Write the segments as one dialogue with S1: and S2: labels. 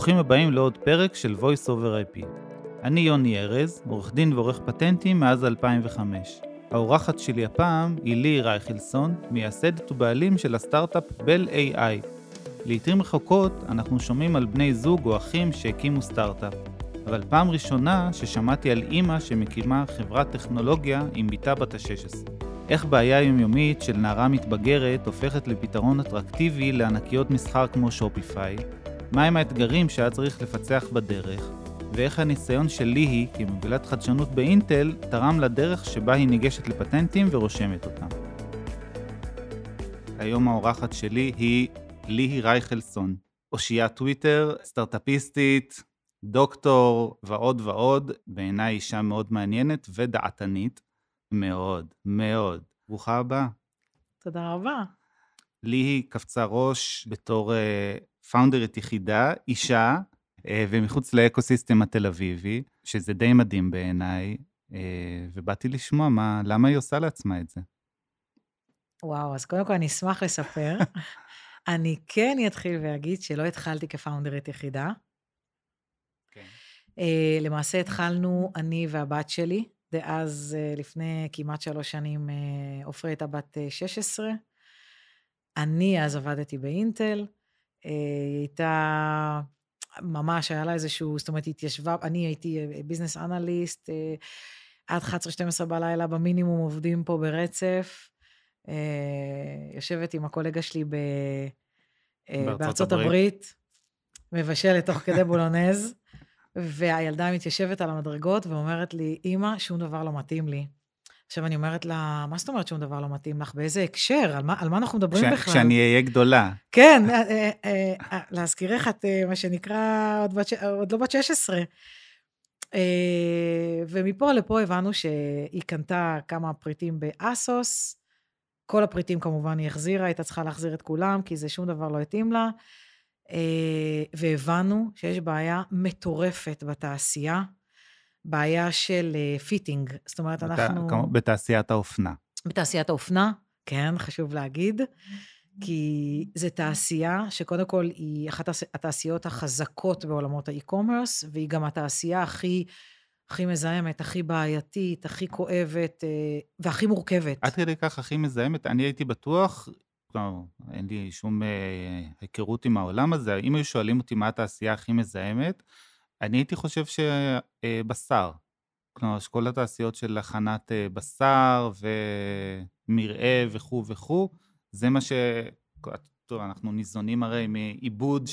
S1: ברוכים הבאים לעוד פרק של Voice over IP. אני יוני ארז, עורך דין ועורך פטנטים מאז 2005. האורחת שלי הפעם היא ליהי רייכלסון, מייסדת ובעלים של הסטארט-אפ בל AI. לעתים רחוקות אנחנו שומעים על בני זוג או אחים שהקימו סטארט-אפ. אבל פעם ראשונה ששמעתי על אמא שמקימה חברת טכנולוגיה עם ביתה בת ה-16. איך בעיה יומיומית של נערה מתבגרת הופכת לפתרון אטרקטיבי לענקיות מסחר כמו שופיפיי, מהם האתגרים שהיה צריך לפצח בדרך, ואיך הניסיון של ליהי כמובילת חדשנות באינטל תרם לדרך שבה היא ניגשת לפטנטים ורושמת אותם. היום האורחת שלי היא ליהי רייכלסון, אושיית טוויטר, סטארט-אפיסטית, דוקטור ועוד ועוד, בעיניי אישה מאוד מעניינת ודעתנית, מאוד, מאוד. ברוכה הבאה.
S2: תודה רבה.
S1: ליהי קפצה ראש בתור פאונדרית יחידה, אישה, ומחוץ לאקוסיסטם התל אביבי, שזה די מדהים בעיניי, ובאתי לשמוע למה היא עושה לעצמה את זה.
S2: וואו, אז קודם כל אני אשמח לספר. אני כן אתחיל ואגיד שלא התחלתי כפאונדרית יחידה.
S1: כן.
S2: למעשה התחלנו אני והבת שלי, דאז לפני כמעט 3 שנים, עופרי הייתה בת 16. אני אז עבדתי באינטל, היא הייתה ממש, היה לה איזשהו, זאת אומרת, התיישבה, אני הייתי ביזנס אנליסט, עד 11-12 בלילה במינימום עובדים פה ברצף, יושבת עם הקולגה שלי בארצות הברית, מבשלת תוך כדי בולונז, והילדה מתיישבת על המדרגות ואומרת לי, אמא, שום דבר לא מתאים לי. עכשיו אני אומרת לה, מה זאת אומרת שום דבר לא מתאים לך? באיזה הקשר? על מה אנחנו מדברים בכלל?
S1: כשאני אהיה גדולה.
S2: כן, להזכירך את מה שנקרא עוד לא בת 16. ומפה לפה הבנו שהיא קנתה כמה פריטים באסוס, כל הפריטים כמובן היא החזירה, הייתה צריכה להחזיר את כולם, כי זה שום דבר לא התאים לה, והבנו שיש בעיה מטורפת בתעשייה, בעיה של פיטינג, זאת אומרת אנחנו...
S1: בתעשיית האופנה.
S2: בתעשיית האופנה, כן, חשוב להגיד, כי זו תעשייה שקודם כל היא אחת התעשיות החזקות בעולמות האי-קומרס, והיא גם התעשייה הכי מזהמת, הכי בעייתית, הכי כואבת, והכי מורכבת.
S1: עד כדי כך הכי מזהמת, אני הייתי בטוח, אין לי שום היכרות עם העולם הזה, אם היו שואלים אותי מה התעשייה הכי מזהמת, אני הייתי חושב שבשר, כלומר, שכל התעשיות של הכנת בשר ומראה וכו' וכו', זה מה טוב, אנחנו ניזונים הרי מעיבוד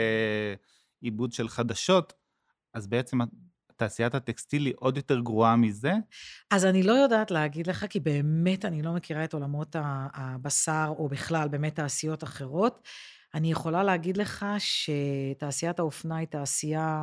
S1: של חדשות, אז בעצם תעשיית הטקסטיל היא עוד יותר גרועה מזה?
S2: אז אני לא יודעת להגיד לך, כי באמת אני לא מכירה את עולמות הבשר, או בכלל באמת תעשיות אחרות. אני יכולה להגיד לך שתעשיית האופנה היא תעשייה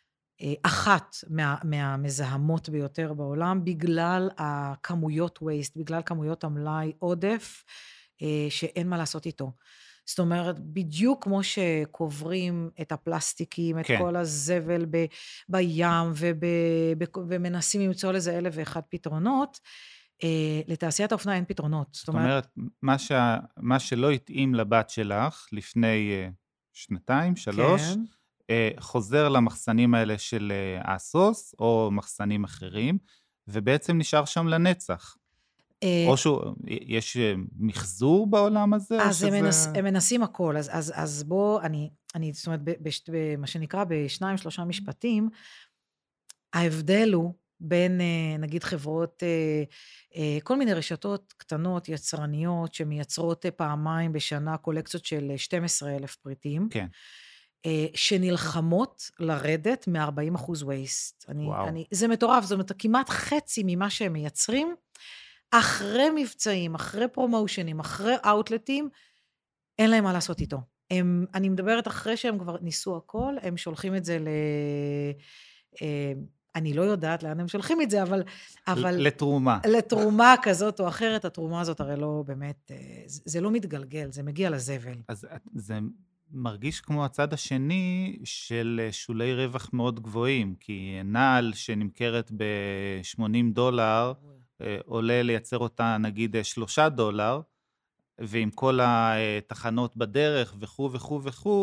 S2: אחת מהמזהמות ביותר בעולם, בגלל הכמויות waste, בגלל כמויות המלאי עודף, שאין מה לעשות איתו. זאת אומרת, בדיוק כמו שקוברים את הפלסטיקים, את כל הזבל בים, ומנסים למצוא לזה 1,001 פתרונות, לתעשיית האופנה אין פתרונות.
S1: זאת אומרת, מה שלא התאים לבת שלך לפני 2, 3, חוזר למחסנים האלה של אסוס, או מחסנים אחרים, ובעצם נשאר שם לנצח. או שיש מחזור בעולם הזה?
S2: אז הם מנסים הכל, אז בוא, זאת אומרת, מה שנקרא ב2-3 משפטים, ההבדל הוא בין, נגיד, חברות, כל מיני רשתות קטנות, יצרניות, שמייצרות פעמיים בשנה קולקציות של 12,000 פריטים,
S1: כן.
S2: שנלחמות לרדת מ-40% waste. זה מטורף, זאת אומרת, כמעט חצי ממה שהם מייצרים, אחרי מבצעים, אחרי פרומושנים, אחרי אאוטלטים, אין להם מה לעשות איתו. אני מדברת אחרי שהם כבר ניסו הכל, הם שולחים את זה אני לא יודעת לאן הם שולחים את זה, אבל
S1: לתרומה.
S2: לתרומה כזאת או אחרת, התרומה הזאת הרי לא באמת, זה לא מתגלגל, זה מגיע לזבל.
S1: אז זה מרגיש כמו הצד השני של שולי רווח מאוד גבוהים, כי נעל שנמכרת $80, עולה לייצר אותה נגיד $3, ועם כל התחנות בדרך וכו' וכו' וכו',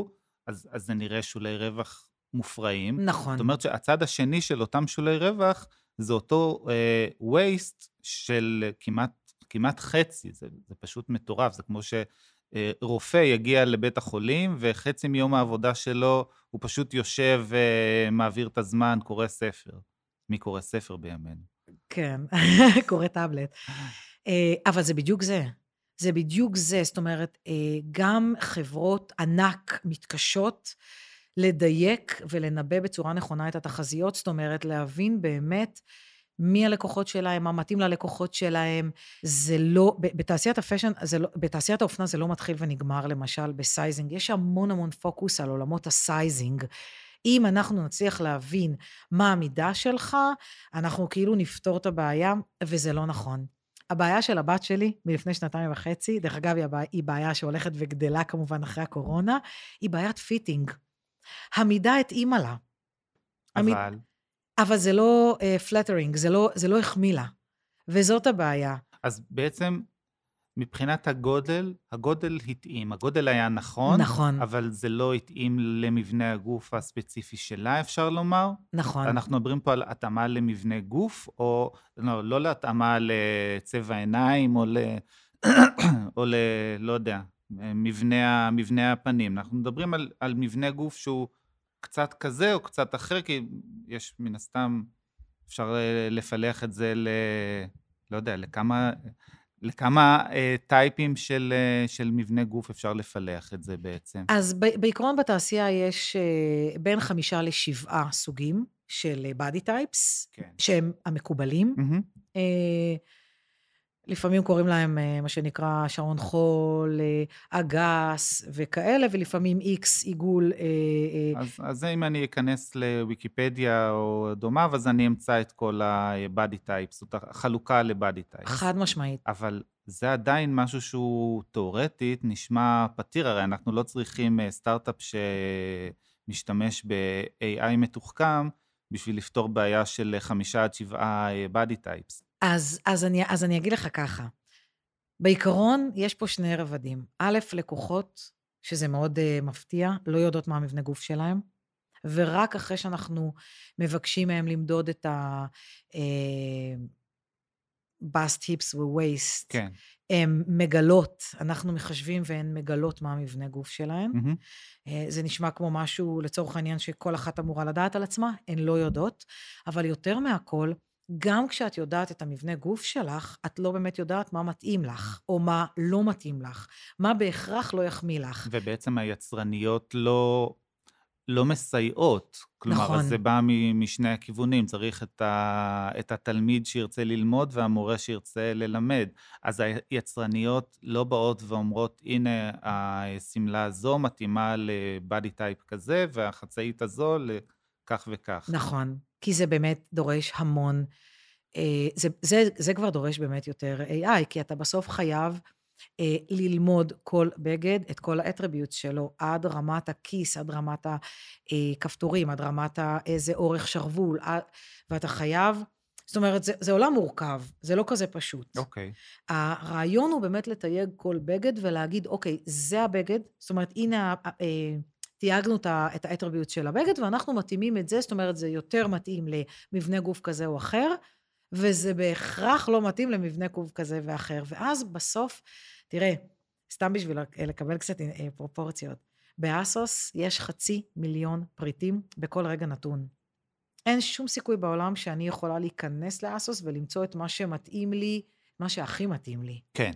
S1: אז זה נראה שולי רווח מופרעים. זאת
S2: נכון.
S1: אומרת שהצד השני של אותם שולי רווח, זה אותו waste של כמעט חצי, זה פשוט מטורף, זה כמו שרופא יגיע לבית החולים, וחצי מיום העבודה שלו, הוא פשוט יושב, מעביר את הזמן, קורא ספר. מי קורא ספר בימינו?
S2: כן, קורא טאבלט. אבל זה בדיוק זה. זה בדיוק זה. זאת אומרת, גם חברות ענק מתקשות לדייק ולנבא בצורה נכונה את התחזיות, זאת אומרת, להבין באמת מי הלקוחות שלהם, מה מתאים ללקוחות שלהם. זה לא, בתעשיית הפשן, בתעשיית האופנה זה לא מתחיל ונגמר, למשל, בסייזינג. יש המון המון פוקוס על עולמות הסייזינג. אם אנחנו נצליח להבין מה המידה שלך, אנחנו כאילו נפתור את הבעיה, וזה לא נכון. הבעיה של הבת שלי מלפני 2.5, דרך אגב, היא בעיה שהולכת וגדלה כמובן אחרי הקורונה, היא בעיית פיטינג. המידה התאימה לה.
S1: אבל...
S2: אבל זה לא flattering, זה לא החמיא לה. וזאת הבעיה.
S1: אז בעצם, מבחינת הגודל התאים. הגודל היה נכון,
S2: נכון.
S1: אבל זה לא התאים למבנה הגוף הספציפי שלה, אפשר לומר.
S2: נכון.
S1: אנחנו מדברים פה על התאמה למבנה גוף, או לא להתאמה לצבע עיניים, או לא יודע, מבנה הפנים. אנחנו מדברים על מבנה גוף שהוא קצת כזה או קצת אחר, כי יש מן הסתם, אפשר לפלח את זה לא יודע, לכמה טייפים של מבנה גוף אפשר לפלח את זה בעצם?
S2: אז בעיקרון בתעשייה יש בין 5 ל7 סוגים של body types,
S1: כן.
S2: שהם המקובלים. לפעמים קוראים להם מה שנקרא שעון חול, אגס וכאלה, ולפעמים X, עיגול.
S1: אז אם אני אכנס לוויקיפדיה או דומיו, אז אני אמצא את כל ה-body types, זאת החלוקה ל-body types.
S2: חד משמעית.
S1: אבל זה עדיין משהו שהוא תיאורטית, נשמע פתיר, הרי אנחנו לא צריכים סטארט-אפ שמשתמש ב-AI מתוחכם, בשביל לפתור בעיה של 5 עד 7 body types.
S2: אז אני אגיד לך ככה, בעיקרון יש פה 2 רבדים. א', לקוחות, שזה מאוד מפתיע, לא יודעות מה המבנה גוף שלהם, ורק אחרי שאנחנו מבקשים מהם למדוד את bust, hips ו-waist,
S1: כן.
S2: הן מגלות, אנחנו מחשבים והן מגלות מה המבנה גוף שלהן. זה נשמע כמו משהו, לצורך העניין, שכל אחת אמורה לדעת על עצמה, הן לא יודעות, אבל יותר מהכל, גם כשאת יודעת את המבנה גוף שלך, את לא באמת יודעת מה מתאים לך, או מה לא מתאים לך, מה בהכרח לא יחמיא לך.
S1: ובעצם היצרניות לא מסייעות, כלומר,
S2: נכון.
S1: אז זה בא משני הכיוונים, צריך את התלמיד שירצה ללמוד והמורה שירצה ללמד. אז היצרניות לא באות ואומרות, הנה, הסמלה הזו מתאימה לבאדי טייפ כזה, והחצאית הזו לכך וכך.
S2: נכון, כי זה באמת דורש המון, זה כבר דורש באמת יותר AI, כי אתה בסוף חייב ללמוד כל בגד, את כל האטריביוט שלו, עד רמת הכיס, עד רמת הכפתורים, עד רמת איזה אורך שרוול, ואתה חייב, זאת אומרת, זה עולם מורכב, זה לא כזה פשוט.
S1: אוקיי.
S2: הרעיון הוא באמת לתייג כל בגד ולהגיד, אוקיי, זה הבגד, זאת אומרת, הנה, תייגנו את האטריביוט של הבגד, ואנחנו מתאימים את זה, זאת אומרת, זה יותר מתאים למבנה גוף כזה או אחר, וזה בהכרח לא מתאים למבנה גוף כזה ואחר. ואז בסוף, תראה, סתם בשביל לקבל קצת פרופורציות, באסוס יש 500,000 פריטים בכל רגע נתון. אין שום סיכוי בעולם שאני יכולה להיכנס לאסוס ולמצוא את מה שמתאים לי, מה שהכי מתאים לי.
S1: כן.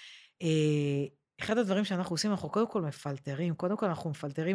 S2: אחד הדברים שאנחנו עושים, אנחנו קודם כל מפלטרים, אנחנו מפלטרים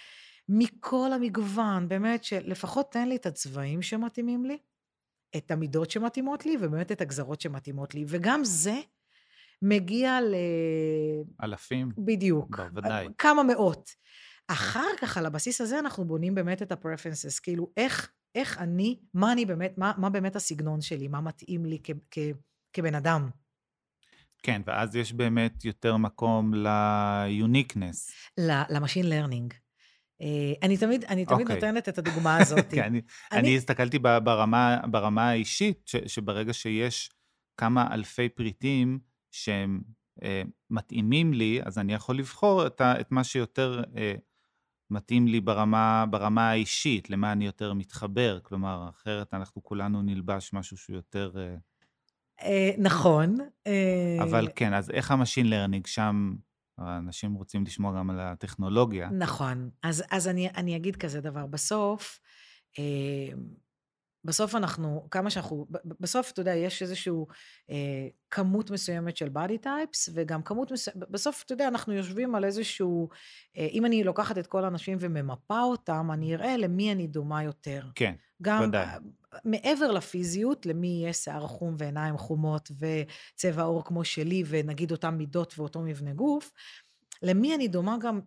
S2: מכל המגוון, באמת שלפחות תן לי את הצבעים שמתאימים לי, את המידות שמתאימות לי, ובאמת את הגזרות שמתאימות לי, וגם זה מגיע
S1: אלפים?
S2: בדיוק.
S1: בוודאי.
S2: כמה מאות. אחר כך, על הבסיס הזה, אנחנו בונים באמת את ה-preferences, כאילו, איך אני, מה באמת הסגנון שלי, מה מתאים לי כבן אדם.
S1: כן, ואז יש באמת יותר מקום ל-uniqueness.
S2: למשין לרנינג. אני תמיד נותנת את הדוגמה הזאת.
S1: אני הסתכלתי ברמה האישית, שברגע שיש כמה אלפי פריטים שהם מתאימים לי, אז אני יכול לבחור את מה שיותר מתאים לי ברמה האישית, למה אני יותר מתחבר, כלומר, אחרת אנחנו כולנו נלבש משהו שהוא יותר...
S2: נכון.
S1: אבל כן, אז איך המשין לרנינג שם, אנשים רוצים לשמוע גם על הטכנולוגיה.
S2: נכון. אז אני אגיד כזה דבר. אה, בסוף אנחנו, כמה שאנחנו, בסוף, אתה יודע, יש איזשהו כמות מסוימת של body types, וגם כמות מסוימת, בסוף, אתה יודע, אנחנו יושבים על איזשהו, אם אני לוקחת את כל האנשים וממפה אותם, אני אראה למי אני דומה יותר.
S1: כן,
S2: גם
S1: ודאי.
S2: מעבר לפיזיות, למי יש שיער חום ועיניים חומות וצבע עור כמו שלי, ונגיד אותם מידות ואותו מבנה גוף, למי אני דומה גם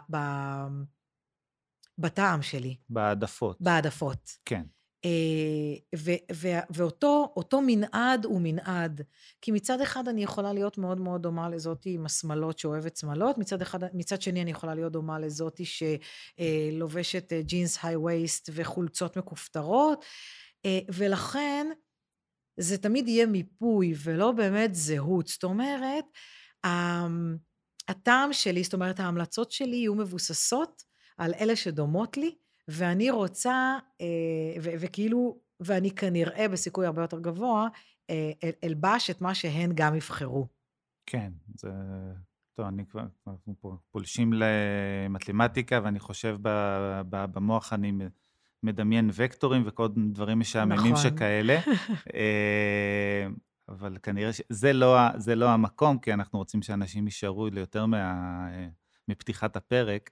S2: בטעם שלי,
S1: בהעדפות.
S2: בהעדפות.
S1: כן.
S2: ואותו מנעד הוא מנעד, כי מצד אחד אני יכולה להיות מאוד מאוד דומה לזאתי עם השמלות שאוהבת שמלות, מצד שני אני יכולה להיות דומה לזאתי שלובשת ג'ינס היי ווייסט וחולצות מכופתרות, ולכן זה תמיד יהיה מיפוי ולא באמת זהות, זאת אומרת, הטעם שלי, זאת אומרת ההמלצות שלי יהיו מבוססות על אלה שדומות לי, ואני רוצה, וכאילו, ואני כנראה בסיכוי הרבה יותר גבוה, אלבש את מה שהן גם יבחרו.
S1: כן, זה... טוב, אנחנו פה פולשים למתמטיקה, ואני חושב במוח אני מדמיין וקטורים וכל דברים משעממים שכאלה. אבל כנראה שזה לא המקום, כי אנחנו רוצים שאנשים יישארו ליותר מפתיחת הפרק.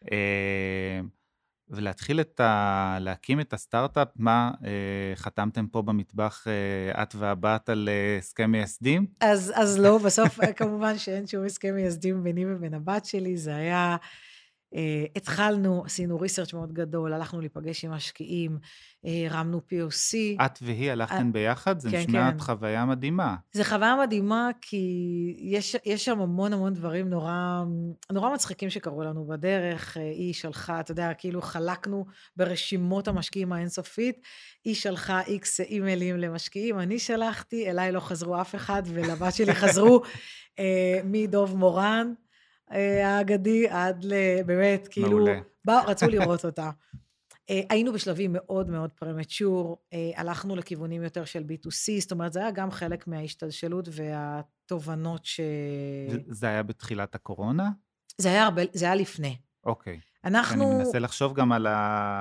S1: ולהתחיל להקים את הסטארט-אפ, מה חתמתם פה במטבח את והבת על הסכם מייסדים?
S2: אז לא, בסוף כמובן שאין שום הסכם מייסדים ביני ובין הבת שלי, זה היה, התחלנו, עשינו ריסרצ' מאוד גדול, הלכנו להיפגש עם משקיעים, הרמנו POC.
S1: את והיא הלכתן ביחד? זה
S2: כן,
S1: נשמעת
S2: כן.
S1: חוויה מדהימה.
S2: זה חוויה מדהימה, כי יש שם המון המון דברים נורא מצחיקים שקרו לנו בדרך. היא שלחה, אתה יודע, כאילו חלקנו ברשימות המשקיעים האינסופית, היא שלחה איקס אימיילים למשקיעים, אני שלחתי, אליי לא חזרו אף אחד, ולבת שלי חזרו מדוב מורן האגדי עד באמת, כאילו, רצו לראות אותה. היינו בשלבים מאוד מאוד פרמצ'ור, הלכנו לכיוונים יותר של B2C, זאת אומרת, זה היה גם חלק מההשתלשלות והתובנות
S1: זה היה בתחילת הקורונה?
S2: זה היה לפני.
S1: אוקיי.
S2: אני
S1: מנסה לחשוב גם על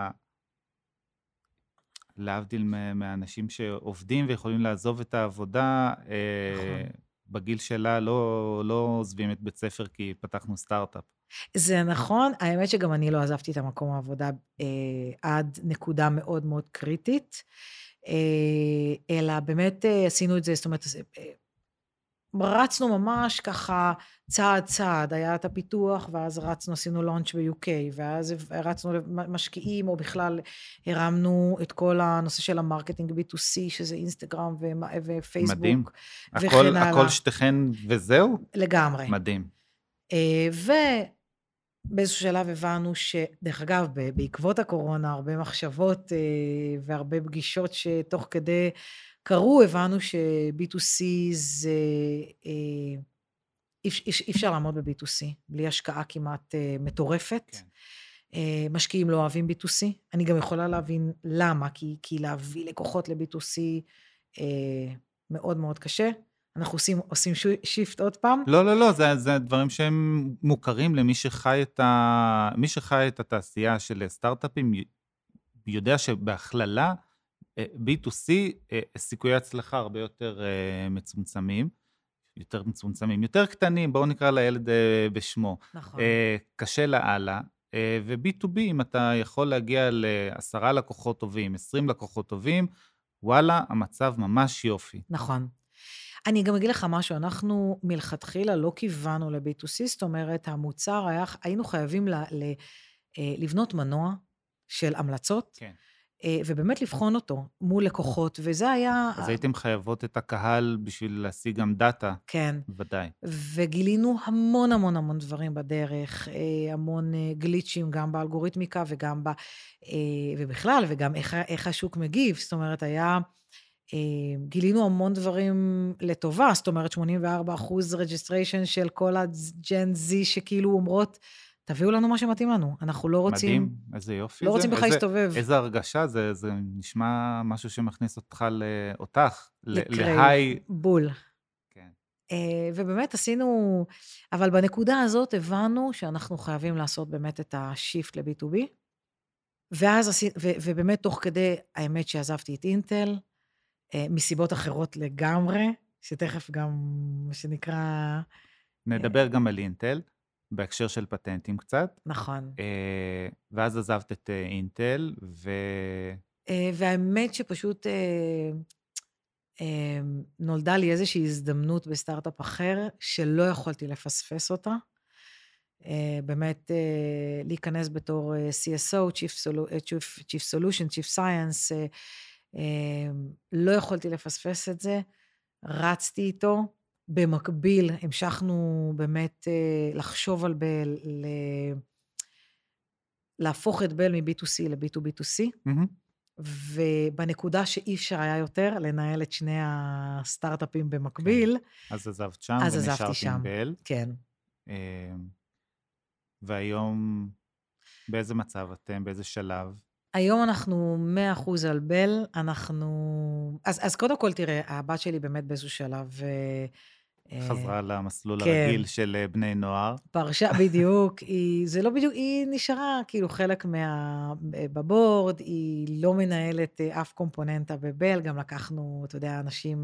S1: להבדיל מהאנשים שעובדים ויכולים לעזוב את העבודה, בגיל שלה לא עוזבים את בית ספר כי פתחנו סטארט-אפ.
S2: זה נכון, האמת שגם אני לא עזבתי את המקום העבודה עד נקודה מאוד מאוד קריטית, אלא באמת עשינו את זה, זאת אומרת, רצנו ממש ככה צעד צעד, היה את הפיתוח, ואז רצנו, עשינו לונץ' ב-UK, ואז רצנו למשקיעים, או בכלל הרמנו את כל הנושא של המרקטינג B2C, שזה אינסטגרם ופייסבוק.
S1: מדהים. הכל שתכן וזהו?
S2: לגמרי.
S1: מדהים.
S2: ובאיזשהו שלב הבנו שדרך אגב, בעקבות הקורונה, הרבה מחשבות והרבה פגישות שתוך כדי קרו, הבנו ש-B2C זה, אי אפשר לעמוד ב-B2C, בלי השקעה כמעט מטורפת. כן. משקיעים לא אוהבים B2C, אני גם יכולה להבין למה, כי להביא לקוחות ל-B2C מאוד מאוד קשה. אנחנו עושים שיפט עוד פעם.
S1: לא, זה דברים שהם מוכרים למי שחי את התעשייה של סטארט-אפים, יודע שבהכללה, B2C, סיכויי הצלחה הרבה יותר מצומצמים, יותר קטנים, בואו נקרא לילד בשמו.
S2: נכון.
S1: קשה להלאה, ו-B2B, אם אתה יכול להגיע ל10 לקוחות טובים, 20 לקוחות טובים, וואלה, המצב ממש יופי.
S2: נכון. אני גם אגיד לך משהו, אנחנו מלכתחילה לא כיוונו ל-B2C, זאת אומרת, המוצר היינו חייבים לבנות מנוע של המלצות, כן. ובאמת לבחון אותו מול לקוחות, וזה היה...
S1: אז הייתם חייבות את הקהל בשביל להשיג גם דאטה.
S2: כן.
S1: ודאי.
S2: וגילינו המון המון המון דברים בדרך, המון גליצ'ים גם באלגוריתמיקה וגם ובכלל, וגם איך השוק מגיב, זאת אומרת, גילינו המון דברים לטובה, זאת אומרת 84% registration של כל הג'ן זי שכאילו אומרות, תביאו לנו מה שמתאים לנו. אנחנו לא רוצים,
S1: מדהים, איזה יופי
S2: לא
S1: זה.
S2: רוצים בכלל להסתובב.
S1: איזה הרגשה, זה נשמע משהו שמכניס אותך,
S2: לקרייב,
S1: להיי.
S2: בול.
S1: כן.
S2: ובאמת עשינו, אבל בנקודה הזאת הבנו שאנחנו חייבים לעשות באמת את השיפט ל-B2B, ובאמת תוך כדי, האמת שעזבתי את אינטל, מסיבות אחרות לגמרי, שתכף גם, מה שנקרא,
S1: נדבר גם על אינטל, בהקשר של פטנטים קצת.
S2: נכון.
S1: ואז עזבת את אינטל,
S2: והאמת שפשוט נולדה לי איזושהי הזדמנות בסטארט-אפ אחר, שלא יכולתי לפספס אותה. באמת להיכנס בתור CSO, Chief Solution, Chief Science, לא יכולתי לפספס את זה, רצתי איתו, במקביל המשכנו באמת לחשוב על בל, להפוך את בל מ-B2C ל-B2B2C, ובנקודה שאי אפשר היה יותר לנהל את שני הסטארט-אפים במקביל,
S1: אז עזבת שם
S2: אז עזבתי
S1: ונשארת
S2: שם.
S1: עם בל.
S2: כן.
S1: והיום, באיזה מצב אתם? באיזה שלב?
S2: היום אנחנו 100% על בל, אז קודם כל תראה, הבת שלי באמת באיזשהו שלב,
S1: חזרה למסלול
S2: כן.
S1: הרגיל של בני נוער.
S2: פרשה, בדיוק, זה לא בדיוק, היא נשארה כאילו חלק בבורד, היא לא מנהלת אף קומפוננטה בבל, גם לקחנו, אתה יודע, אנשים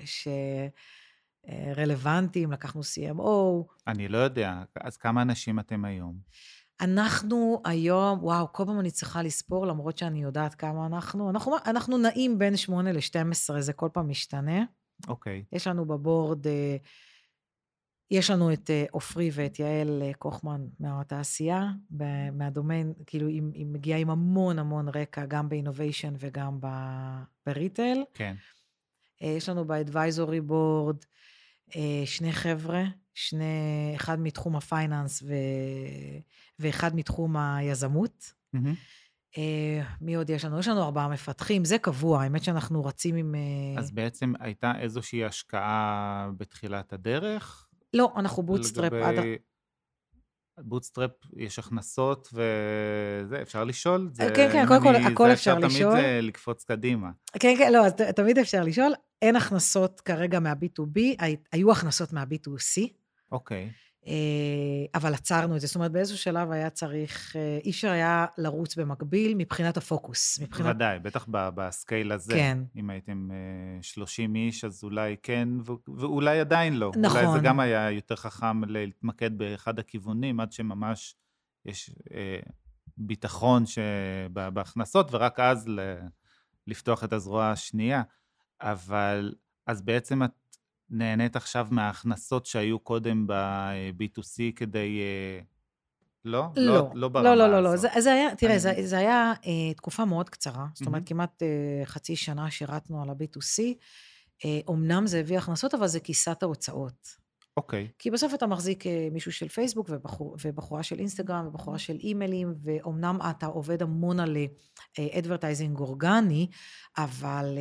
S2: רלוונטיים, לקחנו CMO.
S1: אני לא יודע, אז כמה אנשים אתם היום?
S2: אנחנו היום, וואו, כל פעם אני צריכה לספור, למרות שאני יודעת כמה אנחנו נעים בין 8 ל-12, זה כל פעם משתנה.
S1: אוקיי.
S2: יש לנו בבורד, יש לנו את אופרי ואת יעל קוחמן מהתעשייה, מהדומיין, כאילו היא מגיעה עם המון המון רקע, גם באינוביישן וגם בריטל.
S1: כן.
S2: יש לנו באדוויזורי בורד, שני חבר'ה, אחד מתחום הפייננס ואחד מתחום היזמות. מי עוד יש לנו? יש לנו 4 מפתחים, זה קבוע, האמת שאנחנו רצים עם...
S1: אז בעצם הייתה איזושהי השקעה בתחילת הדרך?
S2: לא, אנחנו בוטסטראפ עד...
S1: בוטסטראפ, יש הכנסות וזה, אפשר לשאול?
S2: כן, כן, קודם כל, הכל אפשר לשאול.
S1: זה אפשר תמיד לקפוץ קדימה.
S2: כן, כן, לא, אז תמיד אפשר לשאול. אין הכנסות כרגע מה-B2B, היו הכנסות מה-B2C.
S1: אוקיי.
S2: אבל עצרנו את זה, זאת אומרת, באיזשהו שלב היה צריך, אי אפשר היה לרוץ במקביל מבחינת הפוקוס.
S1: ודאי, בטח בסקייל הזה.
S2: כן.
S1: אם הייתם 30 איש, אז אולי כן, ואולי עדיין לא.
S2: נכון.
S1: אולי זה גם היה יותר חכם להתמקד באחד הכיוונים, עד שממש יש ביטחון בהכנסות, ורק אז לפתוח את הזרוע השנייה. אבל, אז בעצם את נהנית עכשיו מההכנסות שהיו קודם ב-B2C כדי... לא? לא ברמה הזאת.
S2: לא. זה היה, תראה, זה היה תקופה מאוד קצרה, זאת אומרת, כמעט חצי שנה שירתנו על ה-B2C, אמנם זה הביא הכנסות, אבל זה כיסת ההוצאות.
S1: אוקיי.
S2: כי בסוף אתה מחזיק מישהו של פייסבוק, ובחורה של אינסטגרם, ובחורה של אימיילים, ואומנם אתה עובד המון על אדברטייזינג אורגני, אבל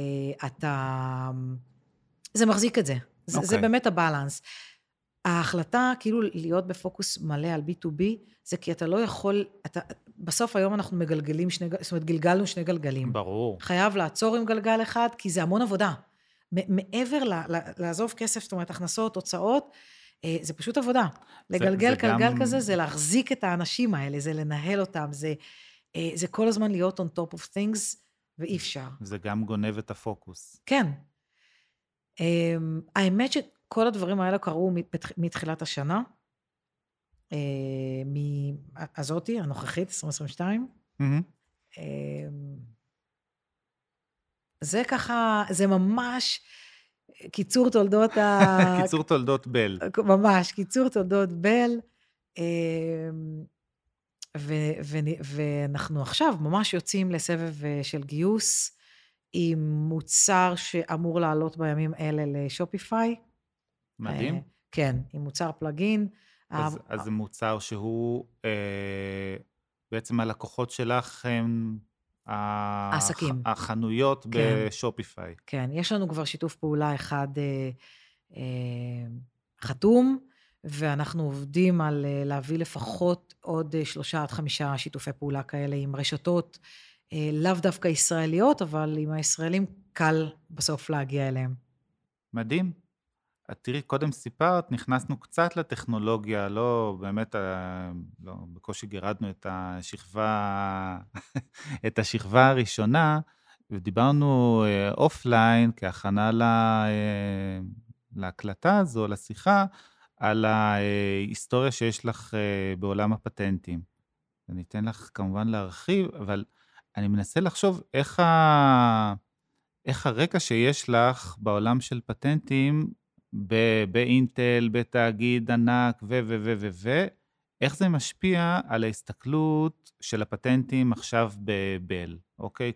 S2: זה מחזיק את זה. זה באמת הבאלנס. ההחלטה כאילו להיות בפוקוס מלא על B2B, זה כי אתה לא יכול, בסוף היום אנחנו מגלגלים זאת אומרת, גלגלנו 2 גלגלים.
S1: ברור.
S2: חייב לעצור עם גלגל אחד, כי זה המון עבודה. מעבר לעזוב כסף, זאת אומרת, הכנסות, הוצאות, זה פשוט עבודה. לגלגל גלגל כזה, זה להחזיק את האנשים האלה, זה לנהל אותם, זה כל הזמן להיות on top of things, ואי אפשר.
S1: זה גם גונב את הפוקוס.
S2: כן. האמת שכל הדברים האלה קרו מתחילת השנה, מהזאתי, הנוכחית, 2022. זה ככה, זה ממש קיצור תולדות
S1: קיצור תולדות בל.
S2: ממש, קיצור תולדות בל, ואנחנו עכשיו ממש יוצאים לסבב של גיוס, עם מוצר שאמור לעלות בימים אלה לשופיפיי.
S1: מדהים.
S2: כן, עם מוצר פלאגין.
S1: אז זה מוצר שהוא, בעצם הלקוחות שלך הם
S2: העסקים.
S1: החנויות בשופיפיי.
S2: כן, יש לנו כבר שיתוף פעולה אחד חתום, ואנחנו עובדים על להביא לפחות עוד 3 עד 5 שיתופי פעולה כאלה עם רשתות, לאו דווקא ישראליות, אבל עם הישראלים קל בסוף להגיע אליהם.
S1: מדהים. תראי, קודם סיפרת, נכנסנו קצת לטכנולוגיה, לא באמת, לא, בקושי גירדנו את השכבה, את השכבה הראשונה, ודיברנו אופליין כהכנה להקלטה הזו, לשיחה, על ההיסטוריה שיש לך בעולם הפטנטים. אני אתן לך כמובן להרחיב, אבל אני מנסה לחשוב איך הרקע שיש לך בעולם של פטנטים, באינטל, בתאגיד ענק, איך זה משפיע על ההסתכלות של הפטנטים עכשיו בבל, אוקיי?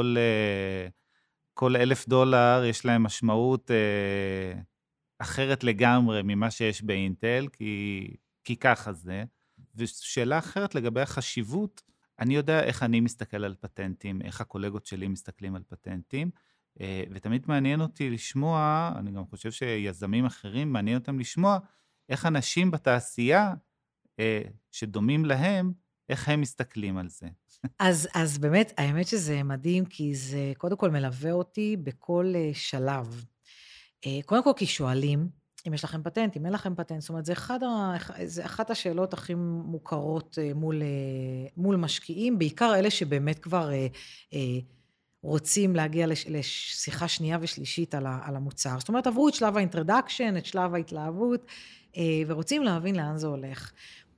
S1: כל $1,000 יש להם משמעות אחרת לגמרי ממה שיש באינטל, כי ככה זה. ושאלה אחרת לגבי החשיבות, אני יודע איך אני מסתכל על פטנטים, איך הקולגות שלי מסתכלים על פטנטים, ותמיד מעניין אותי לשמוע, אני גם חושב שיזמים אחרים מעניין אותם לשמוע, איך אנשים בתעשייה שדומים להם, איך הם מסתכלים על זה.
S2: אז באמת, האמת שזה מדהים, כי זה קודם כל מלווה אותי בכל שלב. קודם כל כי שואלים, אם יש לכם פטנט, אם אין לכם פטנט, זאת אומרת, זה אחת השאלות הכי מוכרות מול משקיעים, בעיקר אלה שבאמת כבר רוצים להגיע לשיחה שנייה ושלישית על המוצר. זאת אומרת, עברו את שלב האינטרדקשן, את שלב ההתלהבות, ורוצים להבין לאן זה הולך.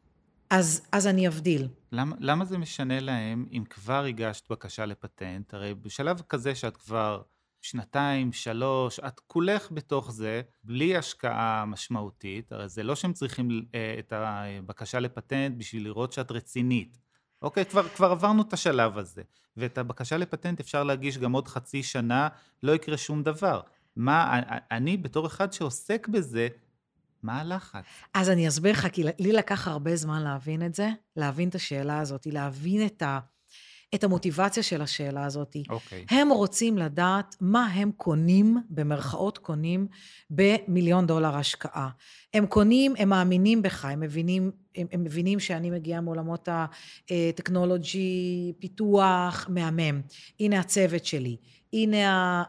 S2: אז אני אבדיל.
S1: למה זה משנה להם אם כבר הגשת בקשה לפטנט? הרי בשלב כזה שאת כבר 2, 3, את כולך בתוך זה, בלי השקעה משמעותית, הרי זה לא שהם צריכים את הבקשה לפטנט בשביל לראות שאת רצינית. אוקיי, כבר עברנו את השלב הזה, ואת הבקשה לפטנט אפשר להגיש גם עוד חצי שנה, לא יקרה שום דבר. אני בתור אחד שעוסק בזה, מה הלחץ?
S2: אז אני אסביר לך, כי לי לקח הרבה זמן להבין את זה, להבין את השאלה הזאת, להבין את המוטיבציה של השאלה הזאת.
S1: אוקיי.
S2: הם רוצים לדעת מה הם קונים, במרכאות קונים, $1,000,000 השקעה. הם קונים, הם מאמינים בך, הם מבינים שאני מגיעה מעולמות הטכנולוגי, פיתוח, מהמם. הנה הצוות שלי, הנה,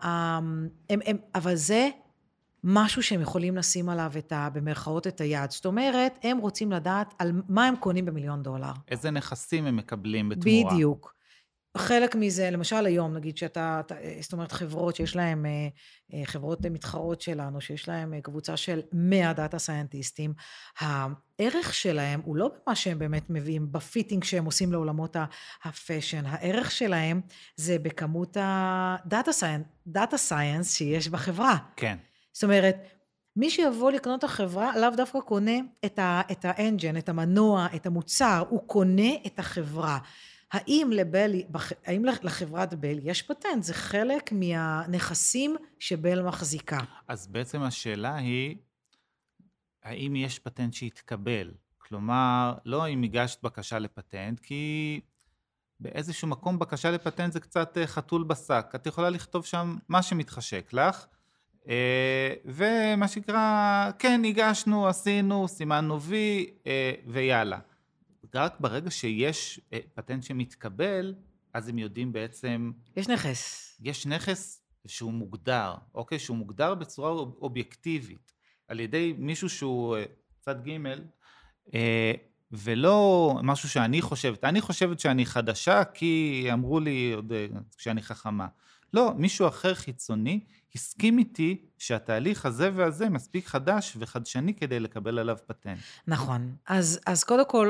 S2: אבל זה משהו שהם יכולים לשים עליו במרכאות את היד. זאת אומרת, הם רוצים לדעת על מה הם קונים $1,000,000.
S1: איזה נכסים הם מקבלים בתמורה?
S2: בדיוק. חלק מזה, למשל היום, נגיד זאת אומרת, חברות שיש להם, חברות מתחרות שלנו, שיש להם קבוצה של 100 דאטה סיינטיסטים, הערך שלהם הוא לא במה שהם באמת מביאים, בפיטינג שהם לעולמות הפשן, הערך שלהם זה בכמות הדאטה סיינס שיש בחברה.
S1: כן.
S2: זאת אומרת, מי שיבוא לקנות את החברה, לאו דווקא קונה את האנג'ן, את המנוע, את המוצר, הוא קונה את החברה. האם לחברת בל יש פטנט? זה חלק מהנכסים שבל מחזיקה.
S1: אז בעצם השאלה היא, האם יש פטנט שהתקבל? כלומר, לא אם הגשת בקשה לפטנט, כי באיזשהו מקום בקשה לפטנט זה קצת חתול בשק. את יכולה לכתוב שם מה שמתחשק לך, ומה שקרה, כן, הגשנו, עשינו, סימנו וי, ויאללה. רק ברגע שיש פטנט שמתקבל, אז הם יודעים בעצם...
S2: יש נכס.
S1: יש נכס שהוא מוגדר, אוקיי? שהוא מוגדר בצורה אובייקטיבית, על ידי מישהו שהוא צד ג', ולא משהו שאני חושבת. אני חושבת שאני חדשה, כי אמרו לי עוד שאני חכמה. לא, מישהו אחר חיצוני הסכים איתי שהתהליך הזה והזה מספיק חדש וחדשני כדי לקבל עליו פטנט.
S2: נכון. אז קודם כל,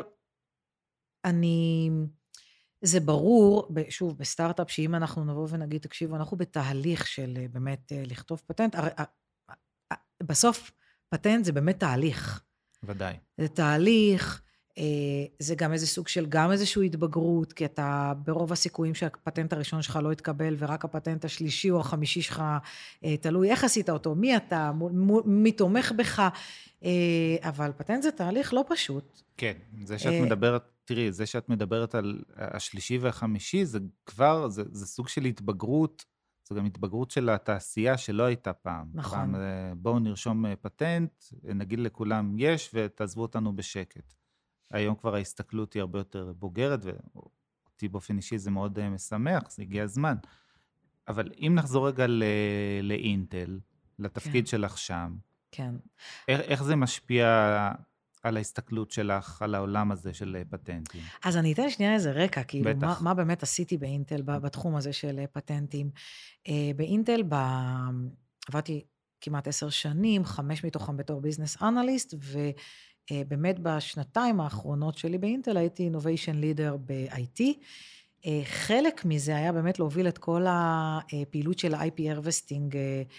S2: זה ברור, שוב, בסטארט-אפ, שאם אנחנו נבוא ונגיד, תקשיבו, אנחנו בתהליך של באמת לכתוב פטנט, בסוף פטנט זה באמת תהליך.
S1: ודאי.
S2: זה תהליך, זה גם איזה סוג של, גם איזושהי התבגרות, כי אתה ברוב הסיכויים שהפטנט הראשון שלך לא יתקבל, ורק הפטנט השלישי או החמישי שלך תלוי איך עשית אותו, מי אתה, מי תומך בך, אבל פטנט זה תהליך לא פשוט.
S1: כן, זה שאת מדברת, תראי, זה שאת מדברת על השלישי והחמישי, זה כבר, זה סוג של התבגרות זו גם התבגרות של התעשייה שלא הייתה פעם.
S2: נכון.
S1: פעם בואו נרשום פטנט, נגיד לכולם יש ותעזבו אותנו בשקט. היום כבר ההסתכלות היא הרבה יותר בוגרת, ואותי באופן אישי זה מאוד משמח, זה הגיע הזמן. אבל אם נחזור רגע לאינטל, לתפקיד
S2: כן,
S1: שלך שם,
S2: כן.
S1: איך זה משפיע על ההסתכלות שלך, על העולם הזה של פטנטים?
S2: אז אני אתן שנייה איזה רקע, כאילו,
S1: בטח.
S2: מה באמת עשיתי באינטל בתחום הזה של פטנטים. באינטל עבדתי כמעט 10 שנים, 5 מתוכם בתור ביזנס אנליסט, ובאמת בשנתיים האחרונות שלי באינטל הייתי innovation leader ב-IT. חלק מזה היה באמת להוביל את כל הפעילות של ה-IP harvesting.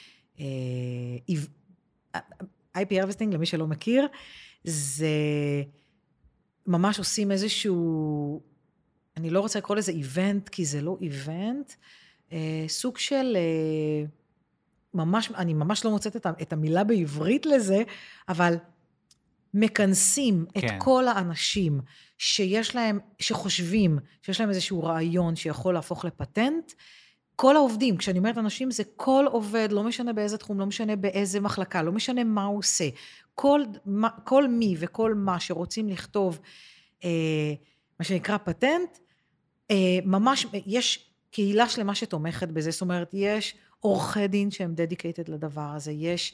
S2: IP harvesting, למי שלא מכיר, זה ממש עושים איזשהו, אני לא רוצה לקרוא לזה איבנט, כי זה לא איבנט, סוג של, אני ממש לא מוצאת את המילה בעברית לזה, אבל מכנסים את
S1: כן.
S2: כל האנשים שחושבים שיש להם איזשהו רעיון שיכול להפוך לפטנט, כל העובדים, כשאני אומרת אנשים, זה כל עובד, לא משנה באיזה תחום, לא משנה באיזה מחלקה, לא משנה מה הוא עושה. כל מי וכל מה שרוצים לכתוב, מה שנקרא פטנט, ממש יש קהילה שלמה שתומכת בזה, זאת אומרת, יש עורכי דין שהם dedicated לדבר הזה, יש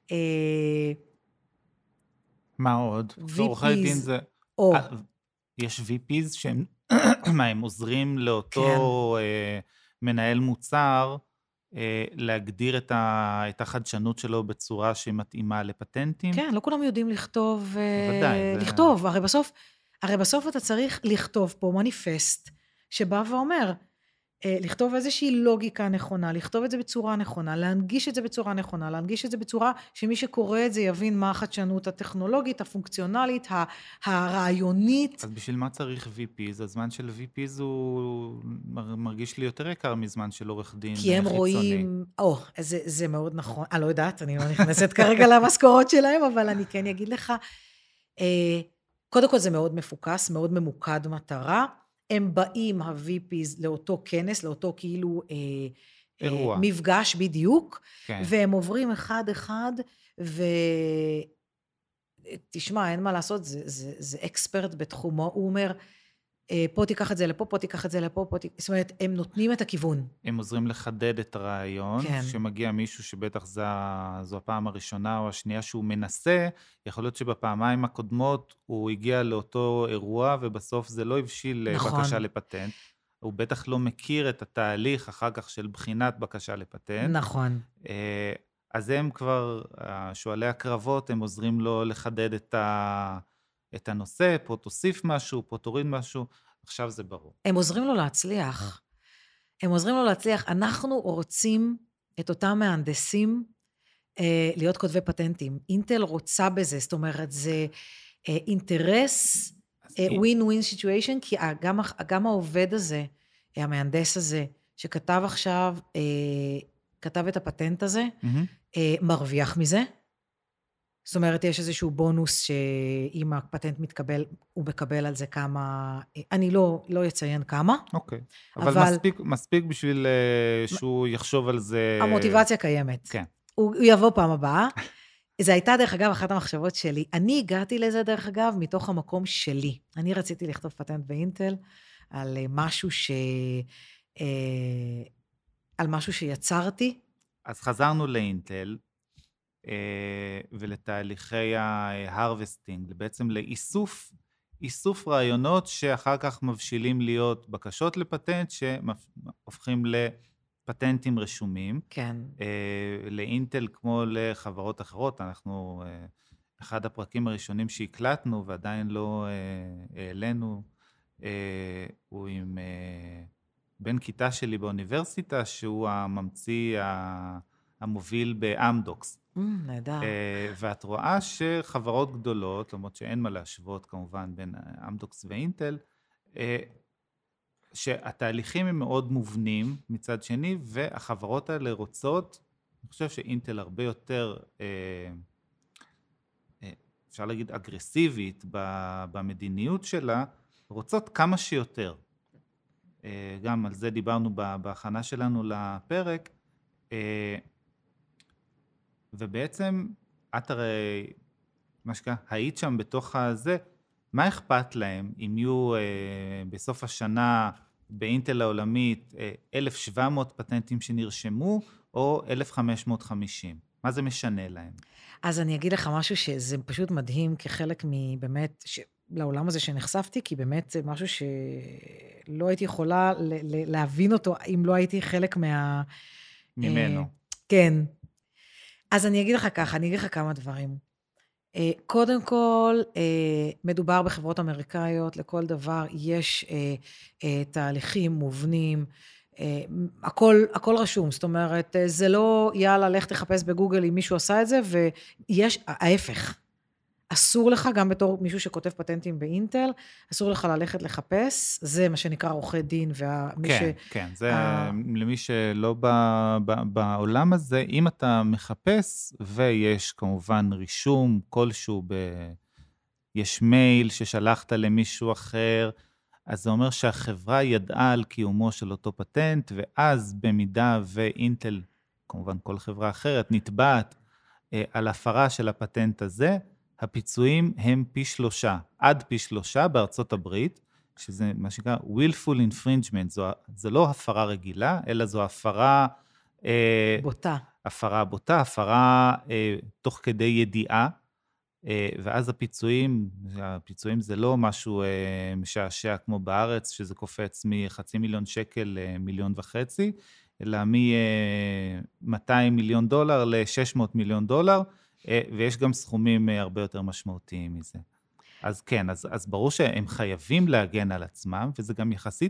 S1: מה עוד? עורכי דין זה... יש VPs שהם, מה, הם עוזרים לאותו מנהל מוצר להגדיר את החדשנות שלו בצורה שמתאימה לפטנטים?
S2: כן, לא כולם יודעים לכתוב,
S1: ודאי,
S2: לכתוב, הרי בסוף אתה צריך לכתוב פה מניפסט שבא ואומר, לכתוב איזושהי לוגיקה נכונה, לכתוב את זה בצורה נכונה, להנגיש את זה בצורה נכונה, להנגיש את זה בצורה שמי שקורא את זה יבין מה החדשנות הטכנולוגית, הפונקציונלית, הרעיונית.
S1: אז בשביל מה צריך VPs? הזמן של VPs הוא מרגיש לי יותר יקר מזמן של עורך דין חיצוני.
S2: כי הם רואים, זה מאוד נכון, אני לא יודעת, אני לא נכנסת כרגע למשכורות שלהם, אבל אני כן אגיד לך, קודם כל זה מאוד מפוקס, מאוד ממוקד מטרה, הם באים ה-VPs לאותו כנס, לאותו כאילו
S1: אירוע.
S2: מפגש בדיוק,
S1: כן.
S2: והם עוברים אחד, ותשמע, אין מה לעשות, זה אקספרט בתחומו, הוא אומר, פה תיקח את זה לפה, פה תיקח את זה לפה, זאת אומרת, הם נותנים את הכיוון.
S1: הם עוזרים לחדד את הרעיון,
S2: כן.
S1: שמגיע מישהו שבטח זו הפעם הראשונה או השנייה שהוא מנסה, יכול להיות שבפעמיים הקודמות הוא הגיע לאותו אירוע, ובסוף זה לא הבשיל
S2: נכון.
S1: בקשה לפטנט. הוא בטח לא מכיר את התהליך אחר כך של בחינת בקשה לפטנט.
S2: נכון.
S1: אז הם כבר, שואלי הקרבות, הם עוזרים לו לחדד את הנושא, פה תוסיף משהו, פה תוריד משהו, עכשיו זה ברור.
S2: הם עוזרים לו להצליח. הם עוזרים לו להצליח. אנחנו רוצים את אותם מהנדסים להיות כותבי פטנטים. אינטל רוצה בזה, זאת אומרת, זה אינטרס, win-win situation, כי גם העובד הזה, המהנדס הזה, שכתב עכשיו, כתב את הפטנט הזה, מרוויח מזה. זאת אומרת, יש איזשהו בונוס שאם הפטנט מתקבל, הוא מקבל על זה כמה, אני לא אציין כמה.
S1: אוקיי, אבל מספיק בשביל שהוא יחשוב על זה.
S2: המוטיבציה קיימת.
S1: כן.
S2: הוא יבוא פעם הבאה. זה הייתה דרך אגב אחת המחשבות שלי. אני הגעתי לזה דרך אגב מתוך המקום שלי. אני רציתי לכתוב פטנט באינטל על משהו שיצרתי.
S1: אז חזרנו לאינטל. ולתהליכי ההרווסטינג, בעצם לאיסוף רעיונות שאחר כך מבשילים להיות בקשות לפטנט שהופכים לפטנטים רשומים.
S2: כן.
S1: לאינטל כמו לחברות אחרות, אנחנו, אחד הפרקים הראשונים שהקלטנו ועדיין לא העלינו, הוא עם בן כיתה שלי באוניברסיטה, שהוא הממציא המוביל באמדוקס.
S2: נהדר.
S1: ואת רואה שחברות גדולות, למרות שאין מה להשוות כמובן בין אמדוקס ואינטל, שהתהליכים הם מאוד מובנים מצד שני, והחברות האלה רוצות, אני חושב שאינטל הרבה יותר, אפשר להגיד אגרסיבית במדיניות שלה, רוצות כמה שיותר. גם על זה דיברנו בהכנה שלנו לפרק, ובעצם, את הרי, מה שקרה, היית שם בתוך הזה, מה אכפת להם אם יהיו בסוף השנה באינטל העולמית 1,700 פטנטים שנרשמו, או 1,550? מה זה משנה להם?
S2: אז אני אגיד לך משהו שזה פשוט מדהים כחלק מבאמת, לעולם הזה שנחשפתי, כי באמת זה משהו שלא הייתי יכולה להבין אותו, אם לא הייתי חלק אה,
S1: ממנו.
S2: כן. אז אני אגיד לך ככה, אני אגיד לך כמה דברים. קודם כל, מדובר בחברות אמריקאיות, לכל דבר יש תהליכים מובנים, הכל רשום, זאת אומרת, זה לא יאללה, לך תחפש בגוגל אם מישהו עשה את זה, ויש, ההפך. אסור לך, גם בתור מישהו שכותב פטנטים באינטל, אסור לך ללכת לחפש, זה מה שנקרא עורכי דין,
S1: כן, כן, זה למי שלא בעולם הזה, אם אתה מחפש, ויש כמובן רישום כלשהו, יש מייל ששלחת למישהו אחר, אז זה אומר שהחברה ידעה על קיומו של אותו פטנט, ואז במידה ואינטל, כמובן כל חברה אחרת, נתבעת על הפרה של הפטנט הזה, הפיצויים הם פי 3, עד פי 3 בארצות הברית, שזה מה שנקרא willful infringement, זו לא הפרה רגילה, אלא זו הפרה
S2: בוטה.
S1: הפרה בוטה, הפרה תוך כדי ידיעה, ואז הפיצויים זה לא משהו משעשע כמו בארץ, שזה קופץ מ500,000 שקל ל1.5 מיליון, אלא מ$200 מיליון ל$600 מיליון, ויש גם סכומים הרבה יותר משמעותיים מזה. אז כן, אז ברור שהם חייבים להגן על עצמם, וזה גם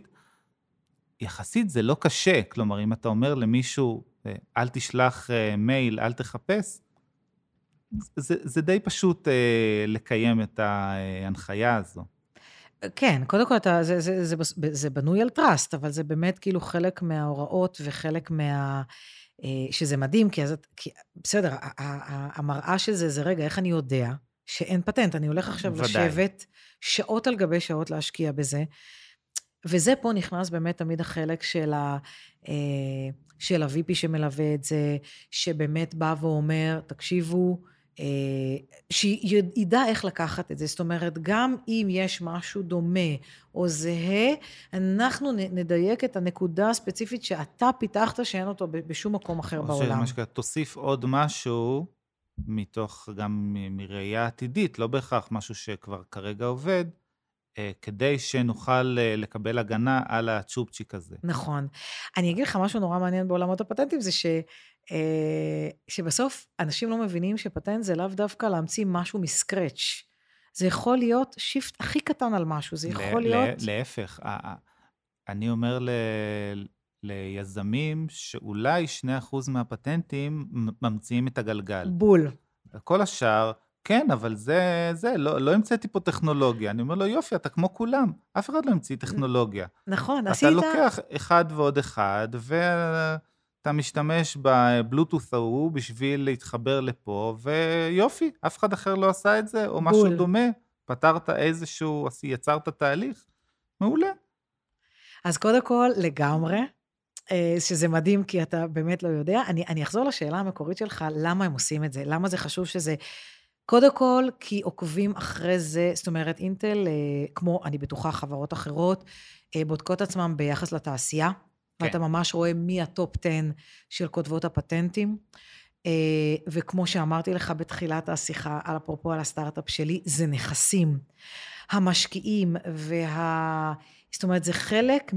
S1: יחסית זה לא קשה, כלומר, אם אתה אומר למישהו, אל תשלח מייל, אל תחפש, זה די פשוט לקיים את ההנחיה הזו.
S2: כן, קודם כל זה בנוי על טראסט, אבל זה באמת כאילו חלק מההוראות וחלק שזה מדהים, כי בסדר, המראה של זה רגע, איך אני יודע שאין פטנט? אני הולך עכשיו לשבת שעות על גבי שעות להשקיע בזה, וזה פה נכנס באמת תמיד החלק של ה-VP שמלווה את זה, שבאמת בא ואומר, תקשיבו, שידע איך לקחת את זה. זאת אומרת, גם אם יש משהו דומה או זהה, אנחנו נדייק את הנקודה הספציפית שאתה פיתחת שאין אותו בשום מקום אחר בעולם.
S1: מה שקרה, תוסיף עוד משהו מתוך גם מראייה עתידית, לא בהכרח משהו שכבר כרגע עובד, כדי שנוכל לקבל הגנה על הצ'ופצ'יק הזה.
S2: נכון. אני אגיד לך משהו נורא מעניין בעולמות הפטנטים, זה שבסוף אנשים לא מבינים שפטנט זה לאו דווקא להמציא משהו מסקרץ'. זה יכול להיות שיפט הכי קטן על משהו, זה יכול להיות...
S1: להפך, אני אומר ליזמים שאולי 2% מהפטנטים ממציאים את הגלגל.
S2: בול.
S1: כל השאר, כן, אבל זה, לא המצאתי פה טכנולוגיה. אני אומר לו, יופי, אתה כמו כולם, אף אחד לא המציא טכנולוגיה.
S2: נכון, עשית...
S1: אתה לוקח אחד ועוד אחד, ואתה משתמש בבלוטות' ההוא בשביל להתחבר לפה, ויופי, אף אחד אחר לא עשה את זה, או משהו דומה, פתרת איזשהו, יצרת תהליך, מעולה.
S2: אז קודם כל, לגמרי, שזה מדהים, כי אתה באמת לא יודע. אני אחזור לשאלה המקורית שלך, למה הם עושים את זה? למה זה חשוב שזה... קודם כל, כי עוקבים אחרי זה, זאת אומרת, אינטל, כמו אני בטוחה חברות אחרות, בודקות עצמם ביחס לתעשייה, כן. ואתה ממש רואה מי הטופ 10 של כותבות הפטנטים, וכמו שאמרתי לך בתחילת השיחה, אפרופו על הסטארט-אפ שלי, זה נכסים. המשקיעים זאת אומרת, זה חלק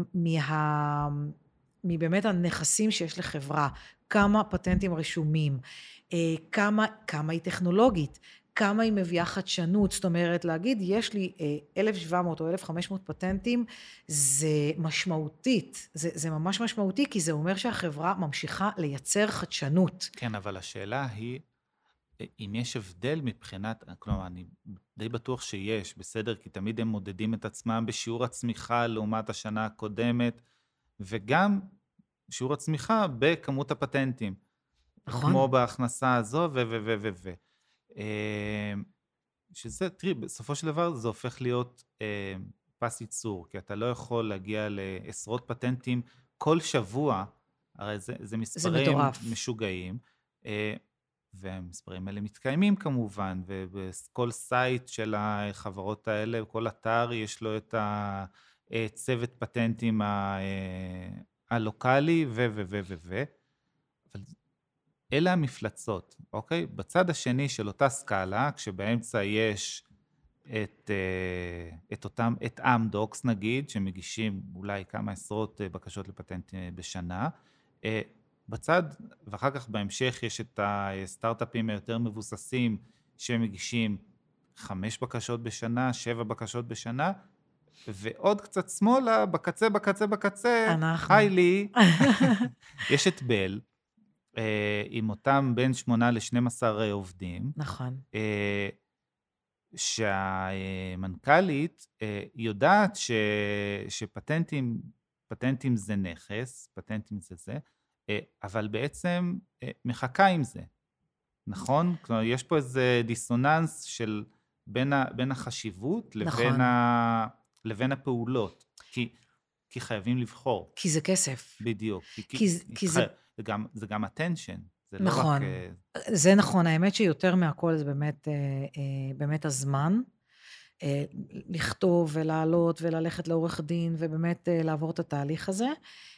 S2: מבאמת הנכסים שיש לחברה, כמה פטנטים רשומים, כמה היא טכנולוגית, כמה היא מביאה חדשנות, זאת אומרת, להגיד, יש לי 1,700 או 1,500 פטנטים, זה משמעותית, זה ממש משמעותי, כי זה אומר שהחברה ממשיכה לייצר חדשנות.
S1: כן, אבל השאלה היא, אם יש הבדל מבחינת, כלומר, אני די בטוח שיש, בסדר, כי תמיד הם מודדים את עצמם בשיעור הצמיחה לעומת השנה הקודמת, וגם שיעור הצמיחה בכמות הפטנטים. נכון. כמו בהכנסה הזו שזה, תראי, בסופו של דבר זה הופך להיות פס ייצור, כי אתה לא יכול להגיע לעשרות פטנטים כל שבוע, הרי זה
S2: זה
S1: מספרים
S2: מטורף.
S1: משוגעים, והמספרים האלה מתקיימים כמובן, ובכל סייט של החברות האלה, בכל אתר יש לו את הצוות פטנטים הלוקלי, אבל אלה המפלצות, אוקיי? בצד השני של אותה סקאלה, כשבאמצע יש את אמדוקס נגיד, שמגישים אולי כמה עשרות בקשות לפטנט בשנה, בצד, ואחר כך בהמשך יש את הסטארט-אפים היותר מבוססים, שמגישים 5 בקשות בשנה, 7 בקשות בשנה, ועוד קצת שמאלה, בקצה,
S2: אנחנו.
S1: לי, יש את בל, עם אותם בין 8 ל-12 עובדים,
S2: נכון.
S1: שהמנכ"לית יודעת פטנטים זה נכס, פטנטים זה, אבל בעצם מחכה עם זה, נכון? כלומר, יש פה איזה דיסוננס של בין החשיבות
S2: נכון.
S1: לבין הפעולות, כי חייבים לבחור.
S2: כי זה כסף.
S1: בדיוק.
S2: כי זה...
S1: זה גם attention, זה לא
S2: נכון.
S1: רק...
S2: זה נכון, האמת שיותר מהכל זה באמת הזמן, לכתוב ולעלות וללכת לעורך דין ובאמת לעבור את התהליך הזה.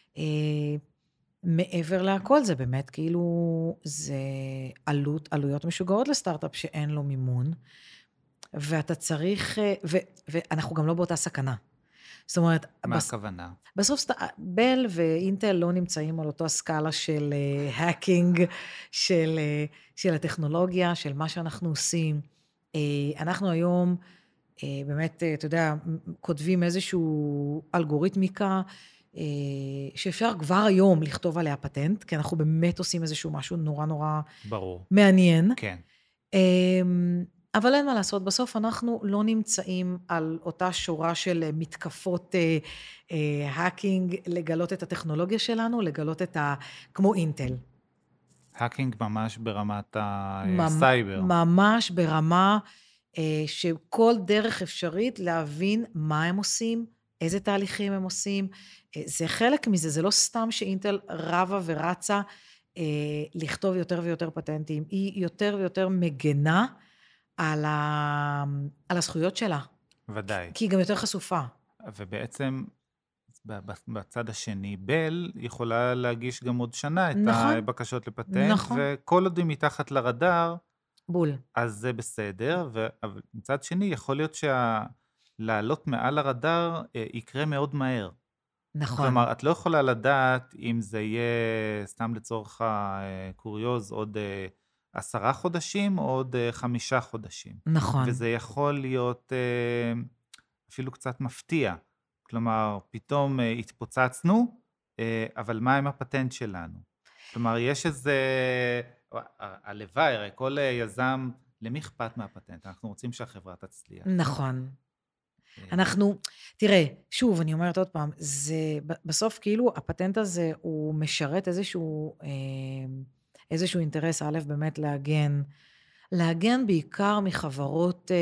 S2: מעבר להכל זה באמת כאילו זה עלויות משוגעות לסטארט-אפ שאין לו מימון, ואתה צריך, ואנחנו גם לא באותה סכנה. זאת אומרת,
S1: מה הכוונה?
S2: בסוף בל ואינטל לא נמצאים על אותו הסקאלה של האקינג, של הטכנולוגיה, של מה שאנחנו עושים. אנחנו היום באמת, אתה יודע, כותבים איזשהו אלגוריתמיקה, שאפשר כבר היום לכתוב עליה פטנט, כי אנחנו באמת עושים איזשהו משהו נורא נורא
S1: ברור.
S2: מעניין.
S1: כן.
S2: אבל אין מה לעשות, בסוף אנחנו לא נמצאים על אותה שורה של מתקפות האקינג, לגלות את הטכנולוגיה שלנו, לגלות כמו אינטל.
S1: האקינג ממש ברמת הסייבר.
S2: ממש ברמה שכל דרך אפשרית להבין מה הם עושים, איזה תהליכים הם עושים. זה חלק מזה, זה לא סתם שאינטל רבה ורצה לכתוב יותר ויותר פטנטים, היא יותר ויותר מגנה על הזכויות שלה.
S1: ודאי.
S2: כי היא גם יותר חשופה.
S1: ובעצם בצד השני, בל יכולה להגיש גם עוד שנה את הבקשות לפטנט, וכל עוד היא מתחת לרדאר,
S2: בול.
S1: אז זה בסדר, אבל מצד שני יכול להיות לעלות מעל הרדאר יקרה מאוד מהר.
S2: נכון.
S1: כלומר, את לא יכולה לדעת אם זה יהיה, סתם לצורך הקוריוז, עוד 10 חודשים או עוד 5 חודשים.
S2: נכון.
S1: וזה יכול להיות אפילו קצת מפתיע. כלומר, פתאום התפוצצנו, אבל מה עם הפטנט שלנו? כלומר, יש איזה... הלוואי, הרי כל יזם, למי אכפת מהפטנט? אנחנו רוצים שהחברה תצליח.
S2: נכון. אנחנו, תראה, שוב, אני אומרת עוד פעם, זה בסוף כאילו הפטנט הזה הוא משרת איזשהו אינטרס, א', באמת להגן בעיקר מחברות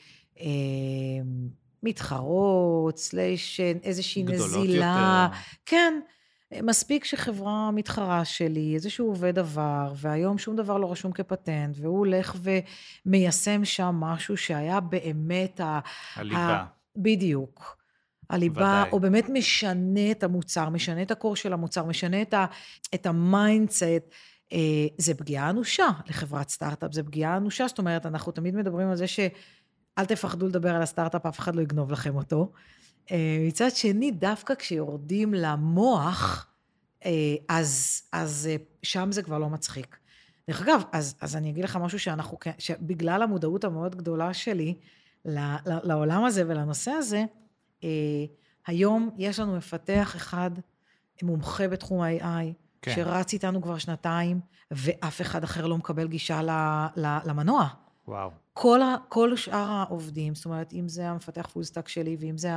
S2: מתחרות, איזושהי נזילה.
S1: יותר.
S2: כן, מספיק שחברה מתחרה שלי, איזשהו עובד דבר, והיום שום דבר לא רשום כפטנט, והוא הולך ומיישם שם משהו שהיה באמת
S1: הליבה.
S2: בדיוק. הליבה, או באמת משנה את המוצר, משנה את הקור של המוצר, משנה את המיינדסט, זה פגיעה אנושה לחברת סטארט-אפ, זה פגיעה אנושה, זאת אומרת, אנחנו תמיד מדברים על זה שאל תפחדו לדבר על הסטארט-אפ, אף אחד לא יגנוב לכם אותו. מצד שני, דווקא כשיורדים למוח, אז שם זה כבר לא מצחיק. דרך אגב, אז אני אגיד לך משהו שבגלל המודעות המאוד גדולה שלי, לעולם הזה ולנושא הזה, היום יש לנו מפתח אחד מומחה בתחום ה-AI, כן. שרץ איתנו כבר 2 ואף אחד אחר לא מקבל גישה למנוע.
S1: וואו.
S2: כל שאר העובדים, זאת אומרת, אם זה המפתח פול סטאק שלי, ואם זה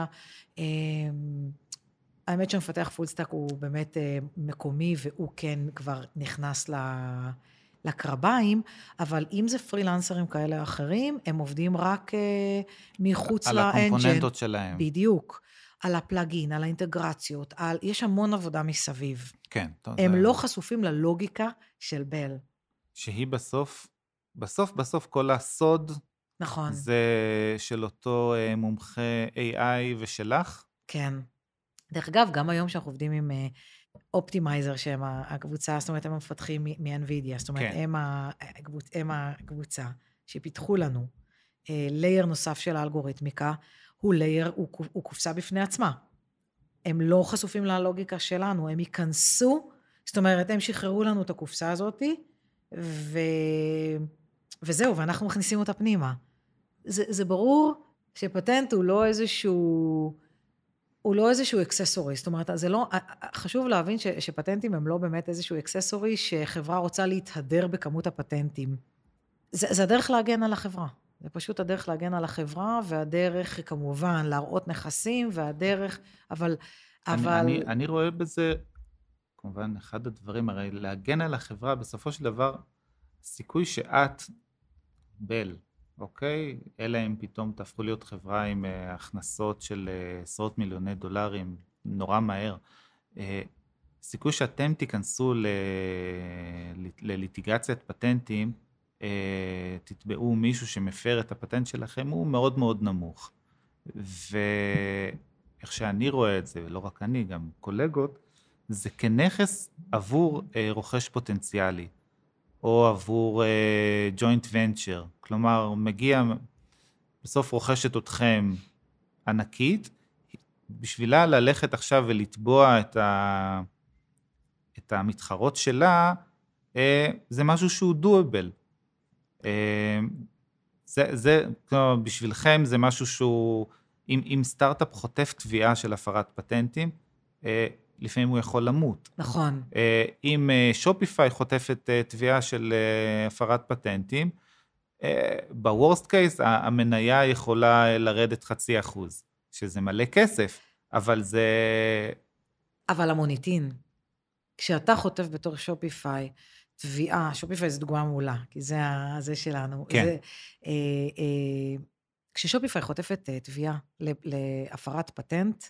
S2: האמת שהמפתח פול סטאק הוא באמת מקומי, והוא כן כבר נכנס לקרביים, אבל אם זה פרילנסרים כאלה אחרים, הם עובדים רק מחוץ לאנג'ן.
S1: על הקומפוננטות שלהם.
S2: בדיוק. על הפלאגין, על האינטגרציות, יש המון עבודה מסביב.
S1: כן. טוב,
S2: הם לא חשופים ללוגיקה של בל.
S1: שהיא בסוף כל הסוד,
S2: נכון.
S1: זה של אותו מומחה AI ושלך?
S2: כן. דרך אגב, גם היום שאנחנו עובדים עם אופטימייזר, שהם הקבוצה, זאת אומרת, הם המפתחים מ-NVIDIA, זאת אומרת,
S1: כן.
S2: הם הקבוצה שפיתחו לנו לייר נוסף של האלגוריתמיקה, הוא לייר, הוא קופסה בפני עצמה. הם לא חשופים ללוגיקה שלנו, הם ייכנסו, זאת אומרת, הם שחררו לנו את הקופסה הזאת, וזהו, ואנחנו מכניסים אותה פנימה. זה ברור שפטנט הוא לא איזשהו אקססורי, זאת אומרת, זה לא, חשוב להבין שפטנטים הם לא באמת איזשהו אקססורי שחברה רוצה להתהדר בכמות הפטנטים. זה הדרך להגן על החברה. זה פשוט הדרך להגן על החברה, והדרך כמובן להראות נכסים, והדרך, אבל...
S1: אני רואה בזה, כמובן, אחד הדברים, הרי להגן על החברה, בסופו של דבר, סיכוי שאת, בל, אוקיי? אלא אם פתאום תהפכו להיות חברה עם הכנסות של עשרות מיליוני דולרים, נורא מהר. סיכוי שאתם תיכנסו לליטיגציית פטנטים, תתבעו מישהו שמפר את הפטנט שלכם, הוא מאוד מאוד נמוך. ואיך שאני רואה את זה, ולא רק אני, גם קולגות, זה כנכס עבור רוכש פוטנציאלי, או עבור joint venture. כלומר, מגיע, בסוף רוכשת אתכם ענקית, בשבילה ללכת עכשיו ולטבוע את המתחרות שלה, זה משהו שהוא doable. כלומר, בשבילכם זה משהו שהוא, אם סטארט-אפ חוטף תביעה של הפרת פטנטים, לפעמים הוא יכול למות.
S2: נכון.
S1: אם שופיפיי חוטפת תביעה של הפרת פטנטים, בוורסט קייס המניה יכולה לרדת 0.5%, שזה מלא כסף, אבל זה...
S2: אבל המוניטין, כשאתה חוטף בתור שופיפיי, תביעה, שופיפיי זה דוגמה מעולה, כי זה שלנו.
S1: כן.
S2: כששופיפיי חוטפת תביעה להפרת פטנט,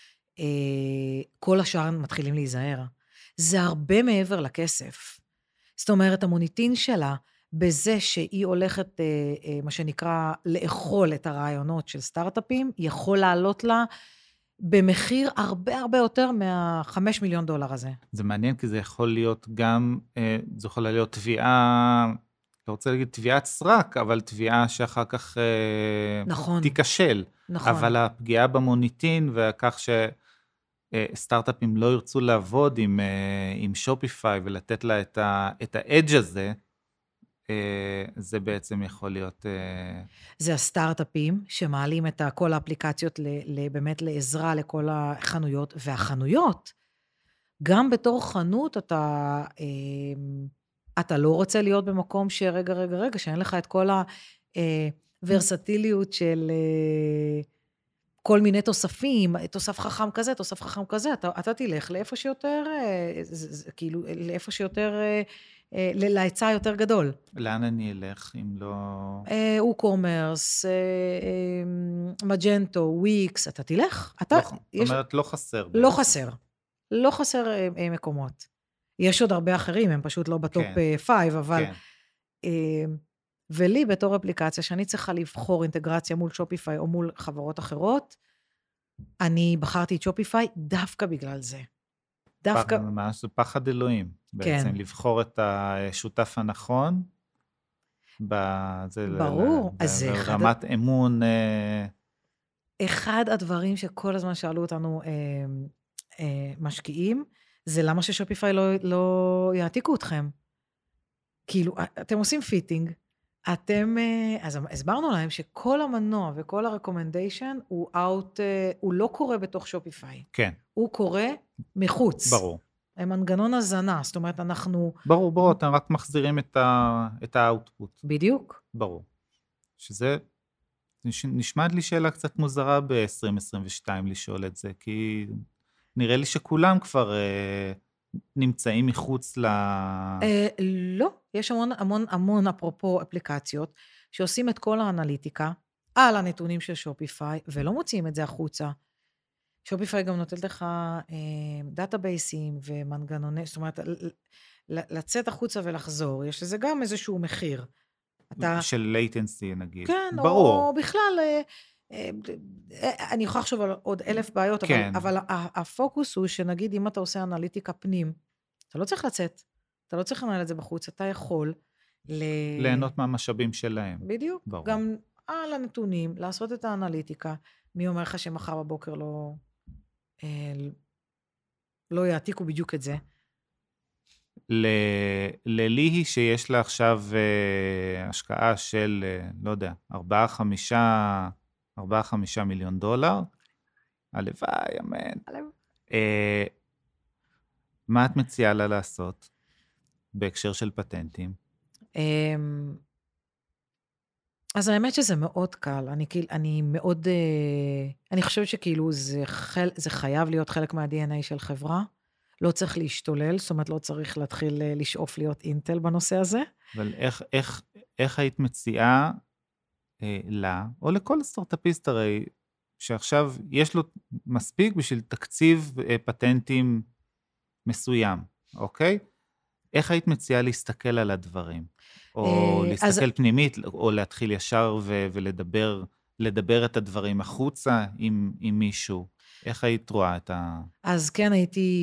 S2: כל השאר מתחילים להיזהר. זה הרבה מעבר לכסף. זאת אומרת, המוניטין שלה, בזה שהיא הולכת, מה שנקרא, לאכול את הרעיונות של סטארט-אפים, יכול לעלות לה במחיר הרבה הרבה יותר $5 מיליון הזה.
S1: זה מעניין, כי זה יכול להיות גם, זה יכולה להיות תביעה, לא רוצה להגיד תביעת סרק, אבל תביעה שאחר כך
S2: נכון.
S1: תיכשל.
S2: נכון.
S1: אבל הפגיעה במוניטין, וכך שסטארט-אפים לא ירצו לעבוד עם שופיפיי, ולתת לה את האדג' הזה, זה בעצם יכול להיות...
S2: זה הסטארט-אפים שמעלים את כל האפליקציות באמת לעזרה לכל החנויות, והחנויות, גם בתור חנות אתה לא רוצה להיות במקום שרגע, שאין לך את כל הוורסטיליות של כל מיני תוספים, תוסף חכם כזה, תוסף חכם כזה, אתה תלך לאיפה שיותר, כאילו, לאיפה שיותר... להיצע יותר גדול.
S1: לאן אני אלך אם לא...
S2: ווקומרס, מג'נטו, וויקס, אתה תלך.
S1: זאת אומרת, לא חסר.
S2: לא חסר. לא חסר מקומות. יש עוד הרבה אחרים, הם פשוט לא בטופ 5, אבל... ולי בתור אפליקציה, שאני צריכה לבחור אינטגרציה מול שופיפיי או מול חברות אחרות, אני בחרתי את שופיפיי דווקא בגלל זה.
S1: דווקא... ממש זה פחד אלוהים, בעצם, כן. לבחור את השותף הנכון,
S2: ברור,
S1: אז ברמת אמון...
S2: אחד הדברים שכל הזמן שאלו אותנו משקיעים, זה למה ששופיפיי לא יעתיקו אתכם. כאילו, אתם עושים פיטינג, אז הסברנו להם שכל המנוע וכל הרקומנדיישן הוא לא קורה בתוך שופיפיי.
S1: כן.
S2: הוא קורה מחוץ.
S1: ברור.
S2: הם מנגנון הזנה, זאת אומרת, אנחנו...
S1: ברור, אתם רק מחזירים את האוטפוט.
S2: בדיוק.
S1: ברור. שזה, נשמעת לי שאלה קצת מוזרה ב-2022 לשאול את זה, כי נראה לי שכולם כבר נמצאים מחוץ ל...
S2: לא, יש המון אפרופו אפליקציות, שעושים את כל האנליטיקה על הנתונים של שופיפיי, ולא מוציאים את זה החוצה. שופיפיי גם נותנת לך דאטאבייסים ומנגנוני, זאת אומרת, לצאת החוצה ולחזור, יש לזה גם איזשהו מחיר. אתה,
S1: של latency נגיד.
S2: כן,
S1: ברור.
S2: או בכלל, אה, אני יכולה לחשוב על עוד 1000 בעיות,
S1: כן.
S2: אבל הפוקוס הוא שנגיד אם אתה עושה אנליטיקה פנים, אתה לא צריך לצאת, אתה לא צריך לנהל את זה בחוץ, אתה יכול
S1: ליהנות מהמשאבים שלהם.
S2: בדיוק,
S1: ברור.
S2: גם על הנתונים, לעשות את האנליטיקה, מי אומר לך שמחר בבוקר לא יעתיקו בדיוק את זה.
S1: לליהי שיש לה עכשיו השקעה של, לא יודע, 4-5 מיליון דולר. הלוואי, אמן. מה את מציעה לה לעשות בהקשר של פטנטים?
S2: אז האמת שזה מאוד קל, אני חושבת שכאילו זה חייב להיות חלק מה-DNA של חברה, לא צריך להשתולל, זאת אומרת לא צריך להתחיל לשאוף להיות אינטל בנושא הזה.
S1: אבל איך היית מציעה לה, או לכל סטארט-אפיסט הרי, שעכשיו יש לו מספיק בשביל תקציב פטנטים מסוים, אוקיי? איך היית מציעה להסתכל על הדברים? או להסתכל פנימית, או להתחיל ישר ולדבר את הדברים החוצה עם מישהו? איך היית רואה את
S2: אז כן,